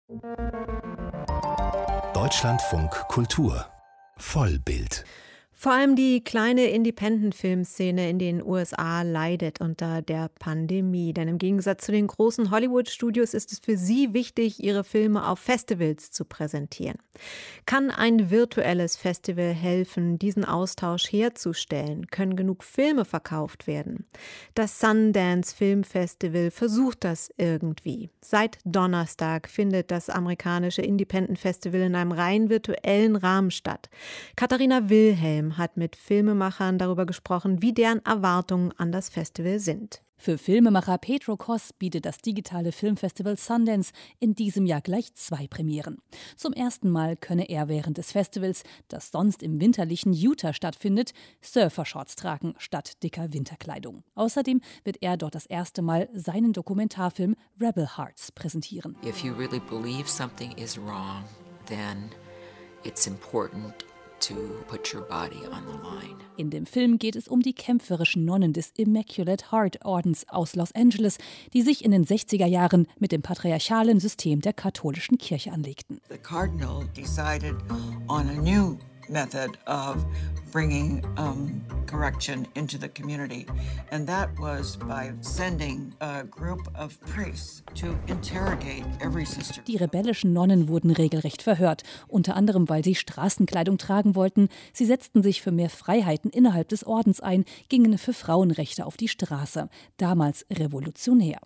Deutschlandfunk Kultur Vollbild. Vor allem die kleine Independent-Film-Szene in den USA leidet unter der Pandemie. Denn im Gegensatz zu den großen Hollywood-Studios ist es für sie wichtig, ihre Filme auf Festivals zu präsentieren. Kann ein virtuelles Festival helfen, diesen Austausch herzustellen? Können genug Filme verkauft werden? Das Sundance Film Festival versucht das irgendwie. Seit Donnerstag findet das amerikanische Independent Festival in einem rein virtuellen Rahmen statt. Katharina Wilhelm hat mit Filmemachern darüber gesprochen, wie deren Erwartungen an das Festival sind. Für Filmemacher Petro Kos bietet das digitale Filmfestival Sundance in diesem Jahr gleich 2 Premieren. Zum ersten Mal könne er während des Festivals, das sonst im winterlichen Utah stattfindet, Surfershorts tragen statt dicker Winterkleidung. Außerdem wird er dort das erste Mal seinen Dokumentarfilm Rebel Hearts präsentieren. If you really believe something is wrong, then it's important to put your body on the line. In dem Film geht es um die kämpferischen Nonnen des Immaculate Heart Ordens aus Los Angeles, die sich in den 60er Jahren mit dem patriarchalen System der katholischen Kirche anlegten. The cardinal decided on a new method of bringing correction into the community, and that was by sending a group of priests to interrogate every sister. Die rebellischen Nonnen wurden regelrecht verhört, unter anderem, weil sie Straßenkleidung tragen wollten. Sie setzten sich für mehr Freiheiten innerhalb des Ordens ein, gingen für Frauenrechte auf die Straße. Damals revolutionär.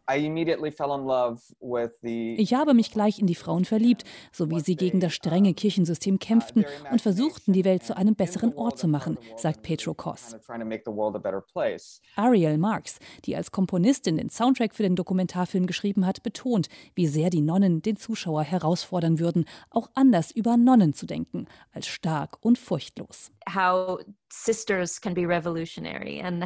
Ich habe mich gleich in die Frauen verliebt, so wie sie gegen das strenge Kirchensystem kämpften und versuchten, die Welt zu einem besseren Ort zu machen, sagt Petro Kos. Ariel Marks, die als Komponistin den Soundtrack für den Dokumentarfilm geschrieben hat, betont, wie sehr die Nonnen den Zuschauer herausfordern würden, auch anders über Nonnen zu denken, als stark und furchtlos. How sisters can be revolutionary and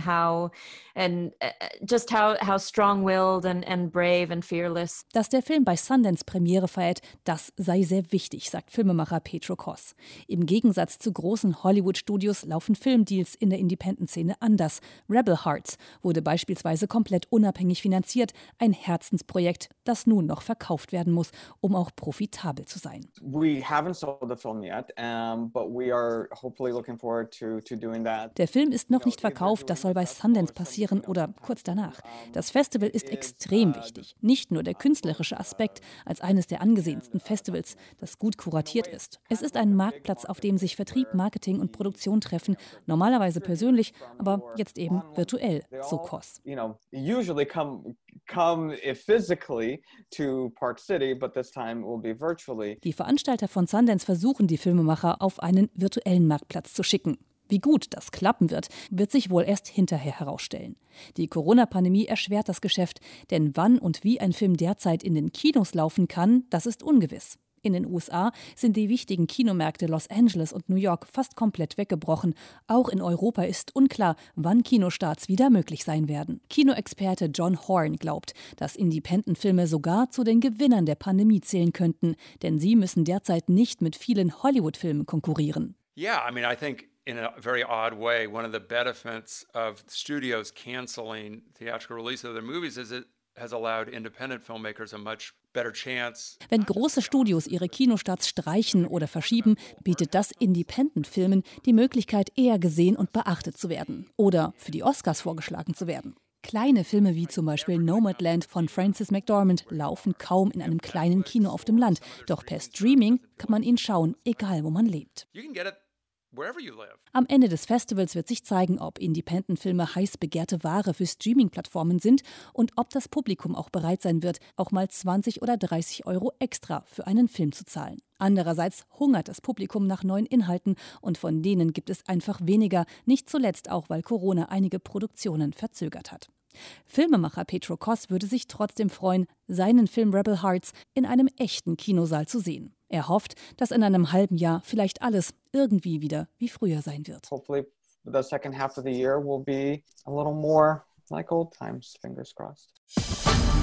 just how strong-willed and brave and fearless. Dass der Film bei Sundance Premiere feiert, das sei sehr wichtig, sagt Filmemacher Petro Kos. Im Gegensatz zu großen Hollywood-Studios laufen Filmdeals in der Independent-Szene anders. Rebel Hearts wurde beispielsweise komplett unabhängig finanziert, ein Herzensprojekt, das nun noch verkauft werden muss, um auch profitabel zu sein. We haven't sold the film yet, but we are hopefully looking forward to doing that. Der Film ist noch nicht verkauft, das soll bei Sundance passieren oder kurz danach. Das Festival ist extrem wichtig. Nicht nur der künstlerische Aspekt als eines der angesehensten Festivals, das gut kuratiert ist. Es ist ein Marktplatz, auf dem sich Vertrieb, Marketing und Produktion treffen, normalerweise persönlich, aber jetzt eben virtuell, so Kos. Usually come physically to Park City, but this time it will be virtually. Die Veranstalter von Sundance versuchen, die Filmemacher auf einen virtuellen Marktplatz zu schicken. Wie gut das klappen wird, wird sich wohl erst hinterher herausstellen. Die Corona-Pandemie erschwert das Geschäft, denn wann und wie ein Film derzeit in den Kinos laufen kann, das ist ungewiss. In den USA sind die wichtigen Kinomärkte Los Angeles und New York fast komplett weggebrochen. Auch in Europa ist unklar, wann Kinostarts wieder möglich sein werden. Kinoexperte John Horn glaubt, dass Independent-Filme sogar zu den Gewinnern der Pandemie zählen könnten, denn sie müssen derzeit nicht mit vielen Hollywood-Filmen konkurrieren. Yeah, I think in a very odd way, one of the benefits of studios canceling theatrical release of their movies is it has allowed independent filmmakers a much better chance. Wenn große Studios ihre Kinostarts streichen oder verschieben, bietet das Independent-Filmen die Möglichkeit, eher gesehen und beachtet zu werden oder für die Oscars vorgeschlagen zu werden. Kleine Filme wie zum Beispiel Nomadland von Frances McDormand laufen kaum in einem kleinen Kino auf dem Land. Doch per Streaming kann man ihn schauen, egal wo man lebt. You can get it wherever you live. Am Ende des Festivals wird sich zeigen, ob Independent-Filme heiß begehrte Ware für Streaming-Plattformen sind und ob das Publikum auch bereit sein wird, auch mal 20 oder 30 € extra für einen Film zu zahlen. Andererseits hungert das Publikum nach neuen Inhalten und von denen gibt es einfach weniger, nicht zuletzt auch, weil Corona einige Produktionen verzögert hat. Filmemacher Petro Kos würde sich trotzdem freuen, seinen Film Rebel Hearts in einem echten Kinosaal zu sehen. Er hofft, dass in einem halben Jahr vielleicht alles irgendwie wieder wie früher sein wird. Hopefully the second half of the year will be a little more like old times, fingers crossed.